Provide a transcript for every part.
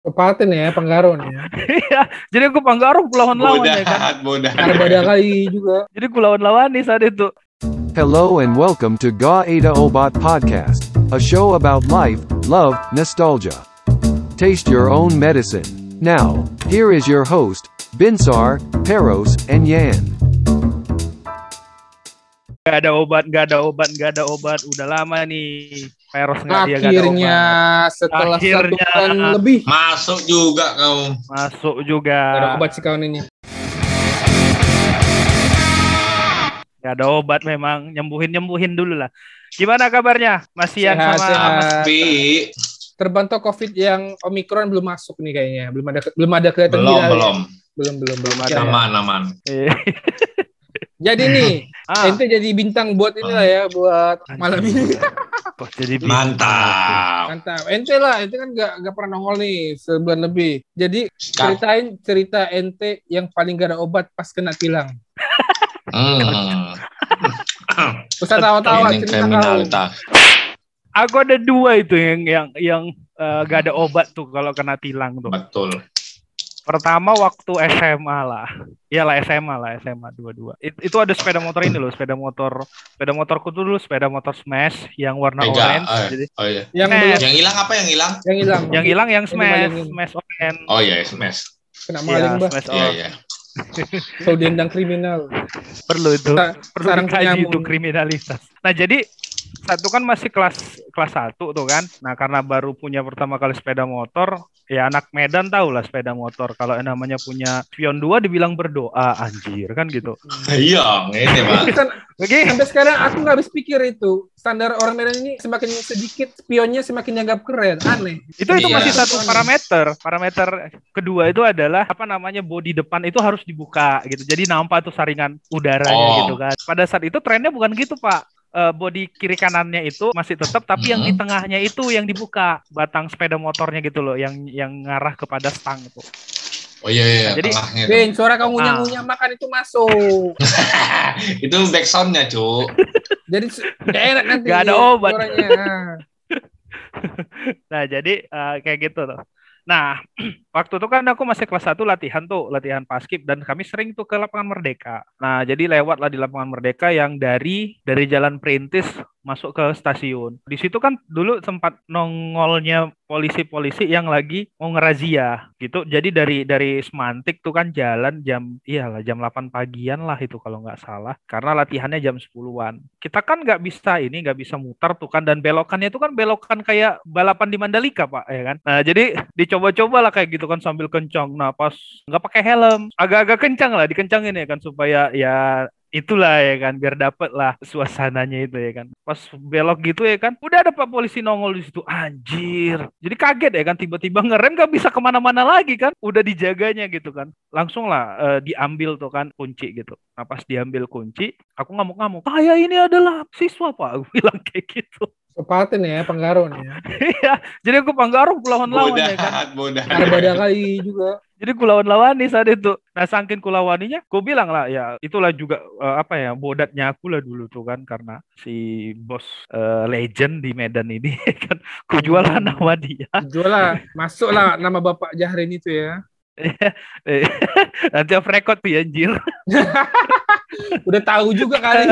Kepaten ya, Penggaro nih ya. Iya, jadi aku Panggaro lawan-lawan ya kan. Bodat. Armada kali juga. Jadi aku lawan-lawan nih saat itu. Hello and welcome to Ga Ada Obat Podcast, a show about life, love, nostalgia. Taste your own medicine. Now, here is your host, Binsar, Peros, and Yan. Gak ada obat. Udah lama nih. Peros nggak dia gak ada Akhirnya obat. setelah Akhirnya. 1 bulan lebih. Masuk juga kau. Masuk juga. Gak ada obat sih kawan ini. Gak ada obat memang. Nyembuhin dulu lah. Gimana kabarnya? Mas Ian Sehat, sama sehat. Mas Tapi Terbantu COVID yang Omikron belum masuk nih kayaknya. Belum ada kelihatan hilal ya. Belum ada. aman. Jadi nih, ente jadi bintang buat inilah ya, buat Anjing. malam ini. Kok jadi Mantap. Mantap. Ente kan gak pernah nongol nih sebulan lebih. Jadi ceritain cerita ente yang paling gak ada obat pas kena tilang. Usah tawa-tawa Ini cerita kau. kriminalitas. Aku ada dua itu yang gak ada obat tuh kalau kena tilang tuh. Betul. Pertama waktu SMA lah. Iyalah SMA dua-dua. Itu ada sepeda motor ini loh, sepeda motorku tuh dulu sepeda motor Smash yang warna orange. Jadi Oh iya. Yang Smash. belum Yang hilang apa yang hilang? yang hilang. yang Smash, dibayangin. Smash orange. Oh iya, SMS. Kena maling, Bah. Smash Iya, orange. iya. Kalau diendang kriminal. Perlu itu. Perlu Sarang dikaji penyamun. itu kriminalitas. Nah, jadi satu kan masih kelas 1 tuh kan. Nah, karena baru punya pertama kali sepeda motor, ya anak Medan tahu lah sepeda motor. Kalau yang namanya punya spion 2 dibilang berdoa, anjir kan gitu. Iya, ini Pak. Kan, Oke. sampai sekarang aku nggak habis pikir itu. Standar orang Medan ini semakin sedikit spionnya semakin dianggap keren. Aneh. Itu Iya. masih satu parameter. Parameter kedua itu adalah apa namanya bodi depan itu harus dibuka gitu. Jadi nampak tuh saringan udaranya Oh. gitu kan. Pada saat itu trennya bukan gitu, Pak. Bodi kiri kanannya itu masih tetap, tapi yang di tengahnya itu yang dibuka batang sepeda motornya gitu loh, yang ngarah kepada stang itu. Oh iya, Nah, jadi- tengahnya. Ben, suara kamu ngunyah-ngunyah makan itu masuk. Itu backsoundnya, Cuk. Jadi gak enak nanti. Gak ada obat. Suaranya. Nah, jadi kayak gitu tuh. Nah, waktu itu kan aku masih kelas 1 latihan paskib, dan kami sering tuh ke lapangan Merdeka. Nah, jadi lewat lah di lapangan Merdeka yang dari Jalan Perintis masuk ke stasiun. Di situ kan dulu sempat nongolnya polisi-polisi yang lagi mau ngerazia gitu. Jadi dari Semantik tuh kan jalan jam 8 pagian lah itu kalau nggak salah. Karena latihannya jam 10-an. Kita kan nggak bisa muter tuh kan, dan belokannya itu kan belokan kayak balapan di Mandalika, Pak, ya kan. Nah, jadi dicoba-coba lah kayak gitu kan sambil kencang. Nah, pas nggak pakai helm, agak-agak kencang lah, dikencangin ya kan supaya ya itulah ya kan, biar dapet lah suasananya itu ya kan. Pas belok gitu ya kan, udah ada Pak polisi nongol di situ, anjir. Jadi kaget ya kan, tiba-tiba ngerem gak bisa kemana-mana lagi kan, udah dijaganya gitu kan. Langsung lah diambil tuh kan kunci gitu. Nah, pas diambil kunci, aku ngamuk-ngamuk, saya ini adalah siswa, Pak, aku bilang kayak gitu. Kepaten ya, Penggaro nih ya. Iya, jadi aku Panggaro lawan-lawan ya kan. Bodat. Armada kali juga. Jadi kulawan-lawan nih saat itu. Nah, saking kulawaninya, gue bilang lah ya, itulah juga bodatnya aku lah dulu tuh kan, karena si bos legend di Medan ini kan, ku jual lah nama dia. Jual lah, masuk lah nama Bapak Jahrin itu ya. Nanti off record tuh ya, anjir. Udah tahu juga kali.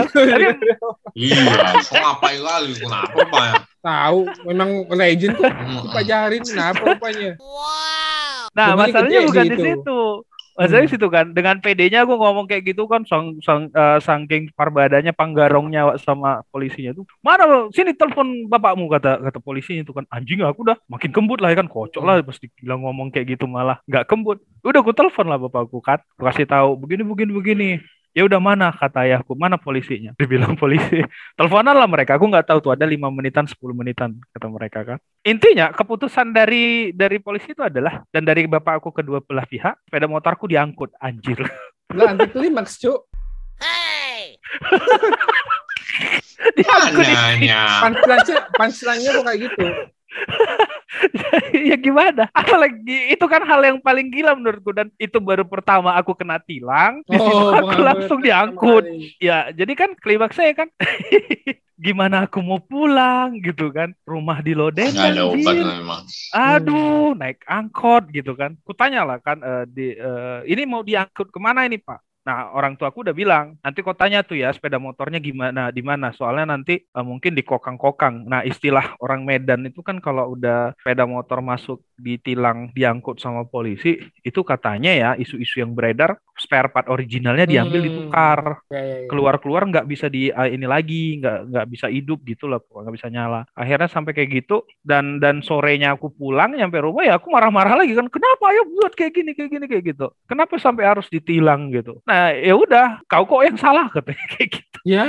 Iya, so ngapain kali? Kenapa, Pak? Tahu, memang legend tuh Pak Jahrin. Kenapa rupanya? Nah, Pemilik masalahnya gede bukan di gitu. situ. Masalahnya di situ kan, dengan PD-nya aku ngomong kayak gitu kan, saking parbadanya panggarongnya sama polisinya tuh. Mana sini telepon bapakmu, kata polisinya itu kan. Anjing, aku udah makin kembut lah ya kan, kocok lah pas dibilang ngomong kayak gitu, malah nggak kembut. Udah aku telepon lah bapakku kan, aku kasih tahu begini. Ya udah, mana, kata ayahku, mana polisinya? Dibilang polisi. Teleponan lah mereka, aku nggak tahu tuh ada 5 menitan 10 menitan kata mereka kan. Intinya keputusan dari polisi itu adalah, dan dari bapak aku kedua belah pihak, sepeda motorku diangkut, anjir. Lah, anti klimaks, Cuk. Diangkut. Mananya. Punchline-nya kok kayak gitu. Ya gimana? Apalagi itu kan hal yang paling gila menurutku, dan itu baru pertama aku kena tilang, di situ aku langsung diangkut. Ya, jadi kan klimaks saya kan gimana aku mau pulang gitu kan, rumah di Loden Nggak ada obat anjir. memang. Aduh, naik angkot gitu kan. Kutanya lah kan, ini mau diangkut kemana ini Pak? Nah, orang tua aku udah bilang, nanti kau tanya tuh ya sepeda motornya gimana, di mana. Soalnya nanti mungkin di kokang-kokang. Nah, istilah orang Medan itu kan kalau udah sepeda motor masuk ditilang, diangkut sama polisi, itu katanya ya isu-isu yang beredar, spare part originalnya diambil ditukar. Keluar-keluar nggak bisa ini lagi, nggak bisa hidup gitu lah, nggak bisa nyala. Akhirnya sampai kayak gitu, dan sorenya aku pulang nyampe rumah ya aku marah-marah lagi kan, kenapa ayo buat kayak gini kayak gitu, kenapa sampai harus ditilang gitu. Nah ya udah, kau kok yang salah katanya kayak gitu. Ya.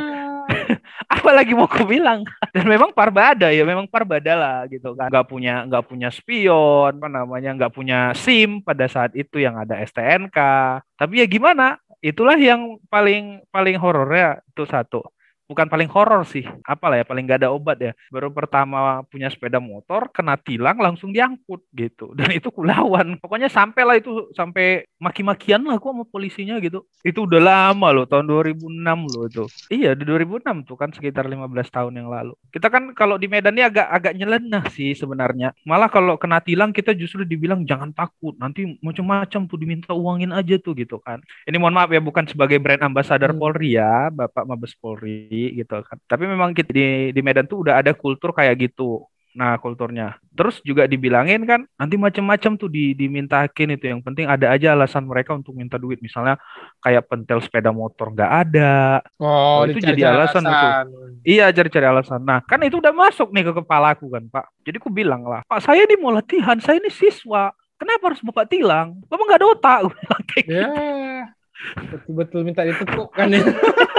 Apalagi mau aku bilang. Dan memang Parbada ya, memang Parbada lah gitu kan, nggak punya spion, apa namanya, nggak punya SIM pada saat itu, yang ada STNK. Tapi ya gimana, itulah yang paling horornya itu satu. Bukan paling horor sih, apalah ya, paling gak ada obat ya. Baru pertama punya sepeda motor, kena tilang langsung diangkut gitu. Dan itu kulawan. Pokoknya sampai maki-makian lah aku sama polisinya gitu. Itu udah lama loh, tahun 2006 loh itu. Iya, di 2006 tuh kan, sekitar 15 tahun yang lalu. Kita kan kalau di Medan ini agak nyeleneh sih sebenarnya. Malah kalau kena tilang kita justru dibilang jangan takut, nanti macam-macam tuh, diminta uangin aja tuh gitu kan. Ini mohon maaf ya, bukan sebagai brand ambassador Polri ya, Bapak Mabes Polri gitu kan. Tapi memang kita di Medan tuh udah ada kultur kayak gitu. Nah, kulturnya. Terus juga dibilangin kan, nanti macam-macam tuh dimintakin itu. Yang penting ada aja alasan mereka untuk minta duit. Misalnya kayak pentil sepeda motor nggak ada. Oh, itu jadi alasan itu. Iya, cari-cari alasan. Nah, kan itu udah masuk nih ke kepalaku kan, Pak. Jadi aku bilang lah, Pak, saya ini mau latihan, saya ini siswa. Kenapa harus Bapak tilang? Bapak nggak ada otak. Ya, betul-betul minta ditepuk kan ya.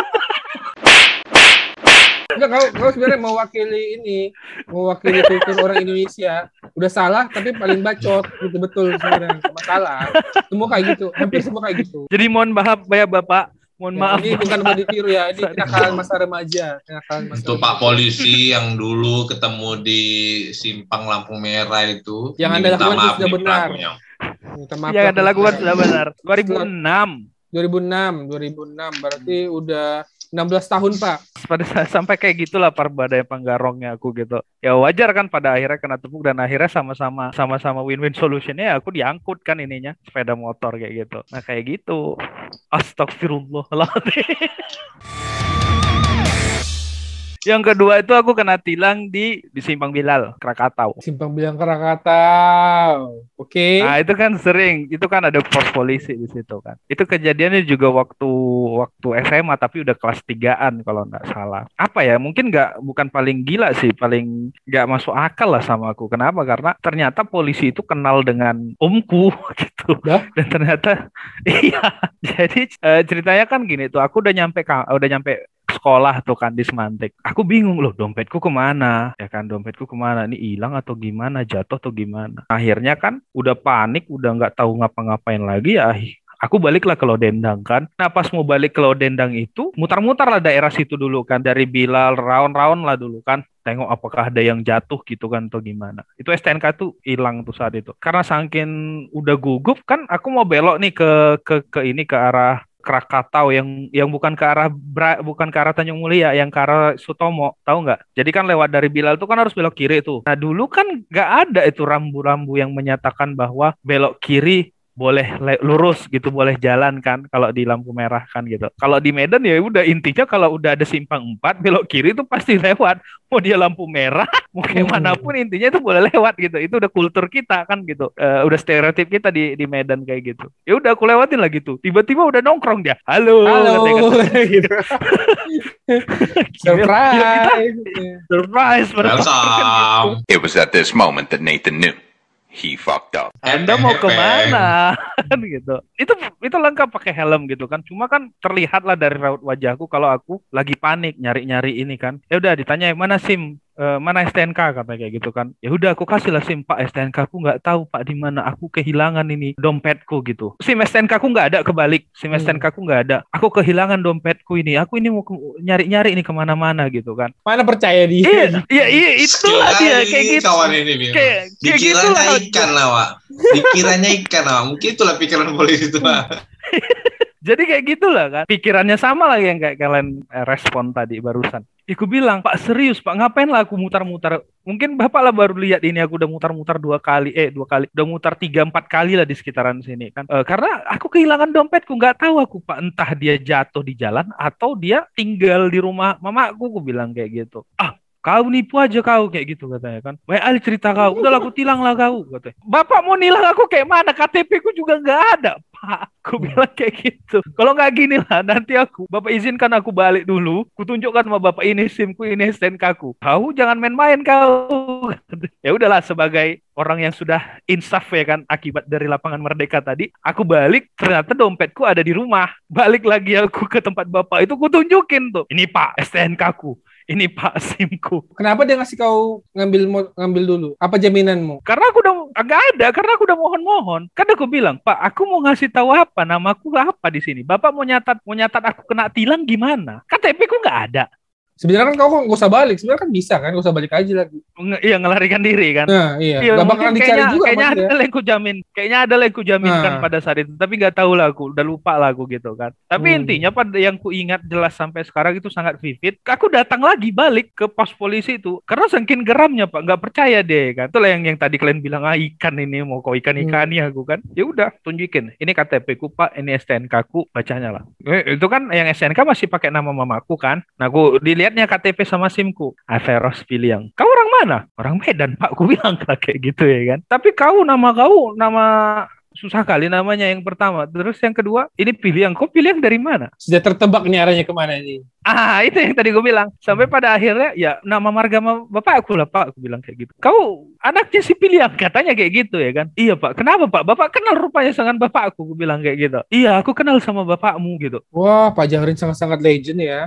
Enggak, kau sebenarnya mewakili kultur orang Indonesia. Udah salah tapi paling bacot gitu, betul sebenarnya. Masalah. Semua kayak gitu, hampir semua kayak gitu. Jadi mohon maaf ya Bapak. Mohon maaf. Ini bukan mau ditiru ya, ini kenakalan masa remaja. Itu Pak polisi yang dulu ketemu di simpang lampu merah itu. Yang Anda lakukan itu sudah benar. Yang Anda lakukan sudah benar. 2006 berarti udah 16 tahun Pak. Pada sampai kayak gitulah Parbada yang penggarongnya aku gitu. Ya wajar kan pada akhirnya kena tepuk, dan akhirnya sama-sama win-win solutionnya, aku diangkut kan ininya, sepeda motor kayak gitu. Nah kayak gitu. Astagfirullahaladzim. Yang kedua itu aku kena tilang di Simpang Bilal, Krakatau. Simpang Bilal Krakatau. Oke. Nah, itu kan sering, itu kan ada pos polisi di situ kan. Itu kejadiannya juga waktu SMA, tapi udah kelas 3-an kalau nggak salah. Apa ya? Mungkin bukan paling gila sih, paling nggak masuk akal lah sama aku. Kenapa? Karena ternyata polisi itu kenal dengan omku gitu. Dan ternyata iya. Jadi ceritanya kan gini tuh, aku udah nyampe sekolah tuh kan di Semantik. Aku bingung loh, dompetku kemana? Ya kan, dompetku kemana? Ini hilang atau gimana? Jatuh atau gimana? Akhirnya kan udah panik, udah nggak tahu ngapa-ngapain lagi ya. Aku baliklah ke Lodendang kan. Nah pas mau balik ke Lodendang itu, mutar-mutar lah daerah situ dulu kan. Dari Bilal, round-round lah dulu kan. Tengok apakah ada yang jatuh gitu kan atau gimana. Itu STNK tuh hilang tuh saat itu. Karena saking udah gugup kan, aku mau belok nih ke arah Krakatau yang bukan ke arah Tanjung Mulia, yang ke arah Sutomo, tahu nggak? Jadi kan lewat dari Bilal tuh kan harus belok kiri tuh. Nah dulu kan nggak ada itu rambu-rambu yang menyatakan bahwa belok kiri boleh lurus gitu, boleh jalan kan kalau di lampu merah kan gitu. Kalau di Medan ya udah, intinya kalau udah ada simpang 4 belok kiri itu pasti lewat. Mau dia lampu merah, mau gimana pun intinya itu boleh lewat gitu. Itu udah kultur kita kan gitu. Udah stereotip kita di Medan kayak gitu. Ya udah aku lewatin lah gitu. Tiba-tiba udah nongkrong dia. Halo. Gitu. Surprise. It was at this moment that Nathan knew. He fucked up. Anda mau kemana? kan gitu. Itu lengkap pakai helm gitu kan. Cuma kan terlihat lah dari raut wajahku kalau aku lagi panik nyari-nyari ini kan. Ya udah ditanya mana SIM, mana STNK katanya kayak gitu kan. Ya udah aku kasih lah SIM Pak, STNK aku nggak tahu Pak di mana. Aku kehilangan ini dompetku gitu. SIM STNK aku nggak ada, kebalik. SIM STNK aku nggak ada. Aku kehilangan dompetku ini. Aku ini mau nyari-nyari ini kemana-mana gitu kan. Mana percaya dia? Iya itulah dia kayak gitu. Kawan ini Kayak dikiranya gitulah. ikan lah, Wak. Dikiranya ikan lah. Mungkin itulah pikiran polisi itu, Pak. Jadi kayak gitulah kan. Pikirannya sama lah yang kayak kalian respon tadi barusan. Iku bilang, Pak serius Pak, ngapain lah aku mutar-mutar. Mungkin Bapak lah baru lihat ini, aku udah mutar-mutar dua kali, udah mutar 3-4 kali lah di sekitaran sini kan. Karena aku kehilangan dompetku, nggak tahu aku Pak, entah dia jatuh di jalan atau dia tinggal di rumah mamaku, aku bilang kayak gitu. Kau nipu aja kau kayak gitu katanya kan. Banyak kali cerita kau, udahlah aku tilang lah kau katanya. Bapak mau nilang aku kayak mana? KTP ku juga nggak ada Pak. Aku bilang kayak gitu. Kalau nggak gini lah, nanti Bapak izinkan aku balik dulu. Ku tunjukkan sama Bapak ini SIM-ku, ini STNK ku. Kau jangan main-main kau. Ya udahlah, sebagai orang yang sudah insaf ya kan, akibat dari lapangan Merdeka tadi, aku balik, ternyata dompetku ada di rumah. Balik lagi aku ke tempat Bapak itu, ku tunjukin tuh. Ini Pak, STNK ku. Ini Pak SIM-ku. Kenapa dia ngasih kau ngambil dulu? Apa jaminanmu? Karena aku udah karena aku udah mohon-mohon. Kan aku bilang, Pak, aku mau ngasih tahu apa, namaku apa di sini. Bapak mau nyatat aku kena tilang gimana? KTP ku nggak ada. Sebenarnya kan kau nggak usah balik. Sebenarnya kan bisa kan, nggak usah balik aja lagi. Iya, ngelarikan diri kan. Nah, iya. Gak bakalan dicari juga. Kayaknya ada yang ku jamin. Kayaknya ada yang ku jaminkan pada saat itu. Tapi nggak tahu lah aku. Udah lupa lah aku gitu kan. Tapi intinya pada yang ku ingat jelas sampai sekarang itu sangat vivid. Aku datang lagi balik ke pos polisi itu. Karena saking geramnya Pak. Nggak percaya deh kan. Itulah yang tadi kalian bilang, ikan ini. Mau kau ikan-ikani aku kan. Ya udah tunjukin. Ini KTP ku Pak. Ini STNK ku. Bacanya lah. Itu kan yang STNK masih pakai nama mamaku kan. Nah aku dilihatnya KTP sama SIM-ku. Averos Piliang. Kau orang mana? Orang Medan Pak, aku bilang kayak gitu ya kan. Tapi nama susah kali namanya yang pertama. Terus yang kedua, ini Piliang. Kau Piliang dari mana? Sudah tertebak nih arahnya kemana ini. Itu yang tadi gue bilang. Sampai pada akhirnya, ya nama marga bapak aku lah Pak, aku bilang kayak gitu. Kau anaknya si Piliang, katanya kayak gitu ya kan. Iya Pak, kenapa Pak? Bapak kenal rupanya dengan bapak aku bilang kayak gitu. Iya, aku kenal sama bapakmu gitu. Wah, Pak Jahrin sangat-sangat legend ya.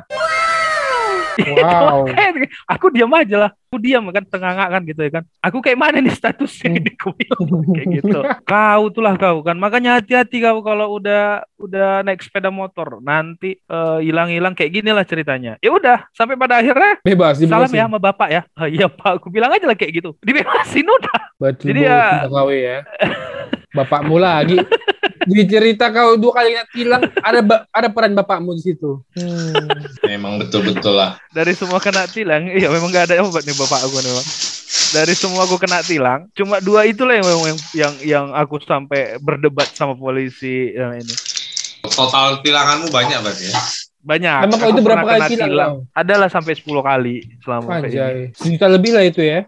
Wow. Aku diam aja lah. Aku diam kan, tengah-tengah kan gitu ya kan. Aku kayak mana nih statusnya ini, aku bilang kayak gitu. Kau kan. Makanya hati-hati kau kalau udah naik sepeda motor. Nanti hilang-hilang kayak gini lah ceritanya. Ya udah, sampai pada akhirnya bebas salam ya sama bapak ya. Iya Pak, aku bilang aja lah kayak gitu. Dibebasin udah. Betul. Jadi ya bapakmu lagi. Di cerita kau 2 kali tilang, ada peran bapakmu di situ. Memang betul-betul lah. Dari semua kena tilang, iya memang gak ada obat nih bapak aku memang. Dari semua aku kena tilang, cuma 2 itulah yang aku sampai berdebat sama polisi ini. Total tilanganmu banyak berarti ya? Banyak. Emang kau itu berapa kali tilang? Adalah sampai 10 kali selama ini. 1 juta lebih lah itu ya.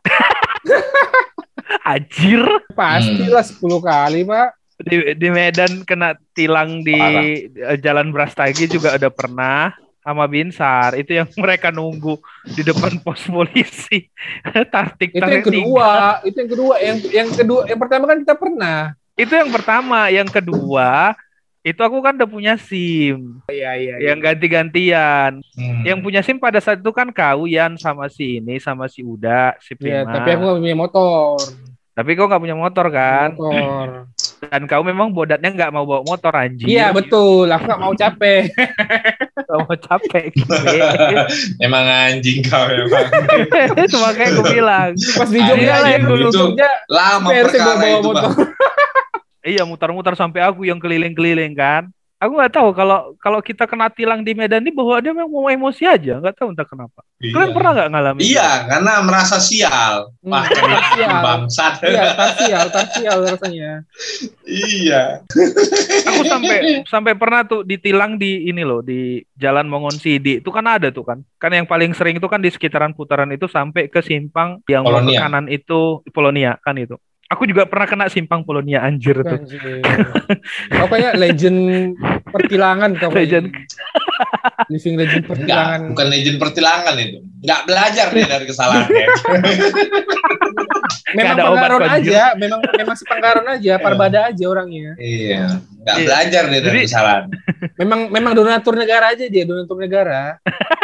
Anjir. Pastilah 10 kali Pak. Di Medan kena tilang di Jalan Brastagi juga ada pernah, sama Binsar. Itu yang mereka nunggu di depan pos polisi. Itu yang kedua. Yang pertama kan kita pernah. Itu yang pertama. Yang kedua itu aku kan udah punya SIM. Iya. Yang ganti-gantian. Yang punya SIM pada saat itu kan kau Yan sama si Uda, si Prima. Iya, tapi aku gak punya motor. Tapi kau gak punya motor kan? Motor. Dan kau memang bodatnya nggak mau bawa motor anjir. Iya betul, aku nggak mau capek. Gak mau capek. Emang anjing kau memang. Itu makanya aku bilang. Pas di Jogja lah yang dulu Jogja. Lama perkara itu Bang. Iya mutar-mutar sampai aku yang keliling-keliling kan. Aku nggak tahu kalau kita kena tilang di Medan ini bahwa dia memang mau emosi aja, nggak tahu entah kenapa. Iya. Kalian pernah nggak ngalamin? Iya, karena merasa sial. Wah, bangsat. Iya, tarsial rasanya. Iya. Aku sampai pernah tuh ditilang di ini loh, di Jalan Mongonsidi. Itu kan ada tuh kan. Kan yang paling sering itu kan di sekitaran putaran itu sampai ke simpang yang mau ke kanan itu Polonia kan itu. Aku juga pernah kena simpang Polonia anjir tuh. Kau kayak legend pertilangan kau. Legend. Living legend pertilangan. Bukan legend pertilangan itu. Nggak belajar nih dari kesalahannya. memang ada obat penggaron konjur. aja, memang si penggaron aja, parbada aja orangnya. Iya, nggak Iya. belajar dia dari Jadi- kesalahan. Memang donatur negara aja dia, donatur negara.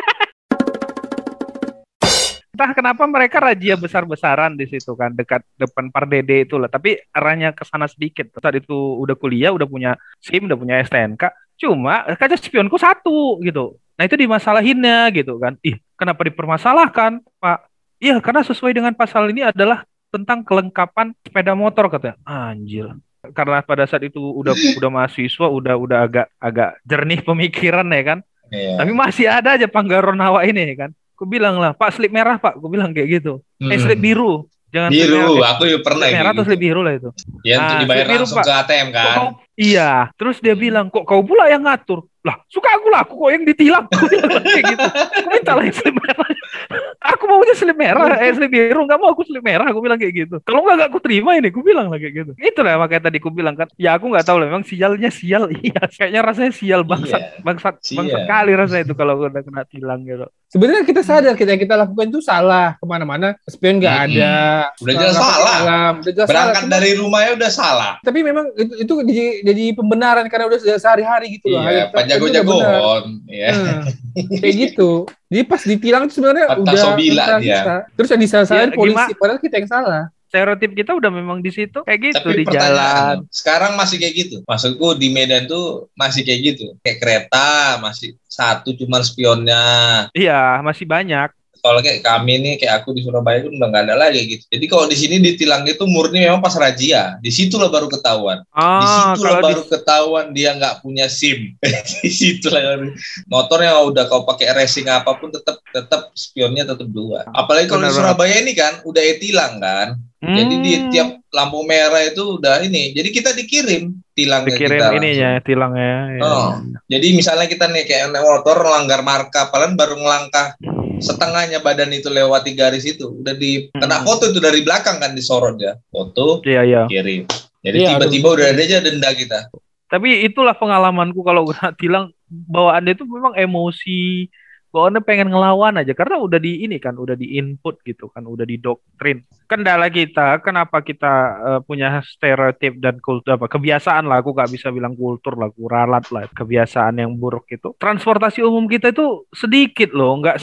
Entah kenapa mereka razia besar-besaran di situ kan, dekat depan Pardede itulah. Tapi arahnya ke sana sedikit. Saat itu udah kuliah, udah punya SIM, udah punya STNK. Cuma kaca spionku satu gitu. Nah itu dimasalahinnya gitu kan. Ih, kenapa dipermasalahkan, Pak? Iya, karena sesuai dengan pasal ini adalah tentang kelengkapan sepeda motor katanya. Anjir. Karena pada saat itu udah mahasiswa, udah agak jernih pemikiran ya kan. Iya. Tapi masih ada aja panggaron hawa ini kan. Aku bilang lah, Pak slip merah Pak. Aku bilang kayak gitu. Slip biru. Jangan slip Biru, merah. aku juga pernah Slip merah kayak atau gitu. slip biru lah itu. Ya untuk Ah, dibayar slip biru, langsung Pak. ke ATM Kok kan. iya. Terus dia bilang, kok kau pula yang ngatur? Lah, suka aku lah. Aku kok yang ditilang. Aku bilang kayak gitu. Aku minta lah yang slip merah. Aku maunya slip merah, slip biru. Nggak mau aku slip merah. Aku bilang kayak gitu. Kalau nggak aku terima ini. Aku bilang lah kayak gitu. Itulah makanya tadi aku bilang kan. Ya aku nggak tahu lah. Memang sialnya sial. Iya. Kayaknya rasanya sial bangsat. Bangsat Sial. kali rasanya itu kalau udah kena tilang gitu. Sebenarnya kita sadar kita lakukan itu salah, kemana-mana spion nggak ada. Udah jelas Nggak pakai salah. alarm, udah jelas Berangkat salah. dari rumahnya udah salah. Tapi memang itu jadi pembenaran karena udah sehari-hari gitu loh. Iya, Kita- Pak itu udah benar. jago-jagoan. Iya. Kayak gitu. Jadi pas ditilang itu sebenarnya Patah udah sobila udah dia. bisa. Terus yang disalahin Ya, polisi, gimana? padahal kita yang salah. Stereotip kita udah memang di situ kayak gitu Tapi di jalan. pertanyaan, sekarang masih kayak gitu. Maksudku di Medan tuh masih kayak gitu. Kayak kereta masih satu cuman spionnya. Iya, masih banyak. Kalau kayak kami nih, kayak aku di Surabaya pun udah nggak ada lagi gitu. Jadi kalau di sini ditilang itu murni memang pas razia. Di situlah baru ketahuan. Di situlah kalau baru ketahuan dia nggak punya SIM. Di situlah baru. Motornya udah kau pakai racing apapun tetap spionnya tetap dua. Apalagi kalau di Benar Surabaya ini kan udah tilang kan. Jadi di tiap lampu merah itu udah ini. Jadi kita dikirim tilang ke dikirim kita ininya tilangnya. Ya. Oh. Jadi misalnya kita nih kayak naik motor melanggar marka, padahal baru ngelangkah setengahnya badan itu lewati garis itu, udah kena foto itu dari belakang kan disorot ya, foto Iya. kirim. Jadi Iya, tiba-tiba udah ada aja denda kita. Tapi itulah pengalamanku kalau kena tilang, bawaannya itu memang emosi. Bawaannya pengen ngelawan aja karena udah di ini kan, udah di input gitu kan, udah didoktrin. Kendala kita, kenapa kita punya stereotip dan kultur apa kebiasaan lah, aku gak bisa bilang kultur lah, ralat lah, kebiasaan yang buruk itu. Transportasi umum kita itu sedikit loh, nggak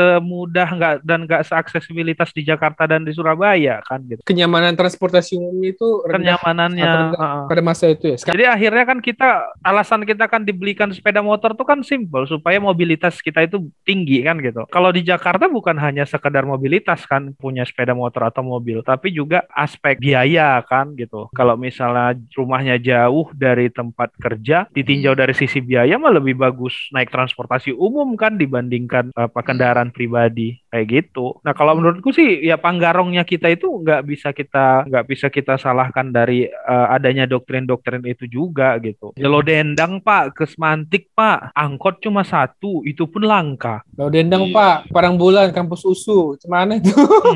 semudah dan nggak seaksesibilitas di Jakarta dan di Surabaya kan gitu. Kenyamanan transportasi umum itu rendah Kenyamanannya. pada masa itu ya. Sekarang Jadi akhirnya kan alasan kita kan dibelikan sepeda motor tuh kan simpel supaya mobilitas kita itu tinggi kan gitu. Kalau di Jakarta bukan hanya sekedar mobilitas kan punya sepeda motor atau mobil, tapi juga aspek biaya kan gitu. Kalau misalnya rumahnya jauh dari tempat kerja, ditinjau dari sisi biaya mah lebih bagus naik transportasi umum kan dibandingkan kendaraan pribadi kayak gitu. Nah kalau menurutku sih ya panggarongnya kita itu nggak bisa kita salahkan dari adanya doktrin-doktrin itu juga gitu. Jelo dendang Pak, ke Semantik Pak, angkot cuma satu, itu pun langka. Lo dendang Iya. Pak, Parangbulan, kampus USU, gimana itu?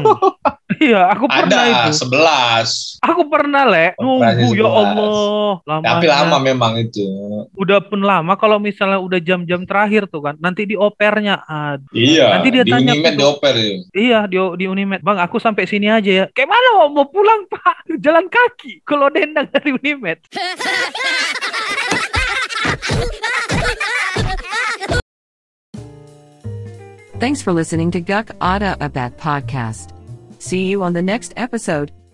Iya, aku pernah Ada itu. 11. Aku pernah Operasi nunggu ya 11. Allah, lamanya. Tapi lama memang itu. Udah pun lama kalau misalnya udah jam-jam terakhir tuh kan, nanti di opernya. Aduh. Iya. Nanti dia di tanya Unimed tuh, dioper ya. Iya di Unimed. Bang, aku sampai sini aja ya. Kayak mana mau pulang Pak? Jalan kaki. Kalau dendang dari Unimed. Thanks for listening to Guk Ada Abat podcast. See you on the next episode.